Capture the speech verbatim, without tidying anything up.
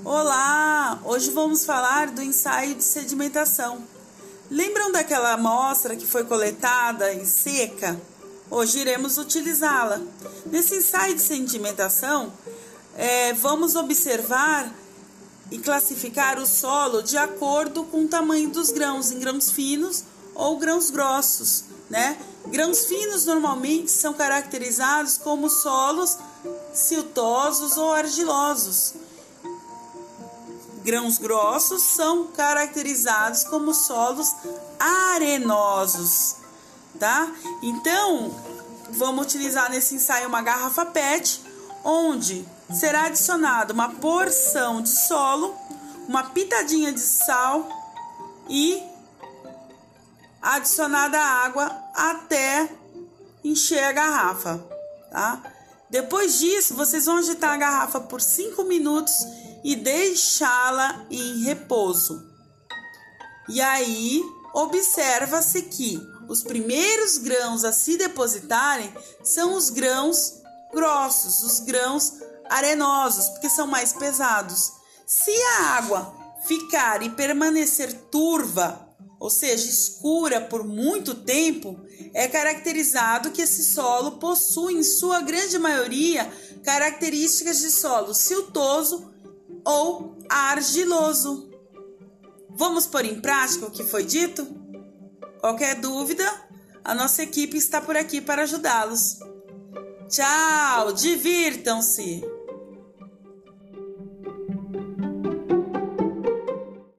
Olá! Hoje vamos falar do ensaio de sedimentação. Lembram daquela amostra que foi coletada e seca? Hoje iremos utilizá-la. Nesse ensaio de sedimentação, é, vamos observar e classificar o solo de acordo com o tamanho dos grãos, em grãos finos ou grãos grossos, né? Grãos finos normalmente são caracterizados como solos siltosos ou argilosos. Grãos grossos são caracterizados como solos arenosos, tá? Então, vamos utilizar nesse ensaio uma garrafa P E T, onde será adicionada uma porção de solo, uma pitadinha de sal e adicionada água até encher a garrafa, tá? Depois disso, vocês vão agitar a garrafa por cinco minutos e deixá-la em repouso. E aí, observa-se que os primeiros grãos a se depositarem são os grãos grossos, os grãos arenosos, porque são mais pesados. Se a água ficar e permanecer turva, ou seja, escura por muito tempo, é caracterizado que esse solo possui, em sua grande maioria, características de solo siltoso ou argiloso. Vamos pôr em prática o que foi dito? Qualquer dúvida, a nossa equipe está por aqui para ajudá-los. Tchau, divirtam-se!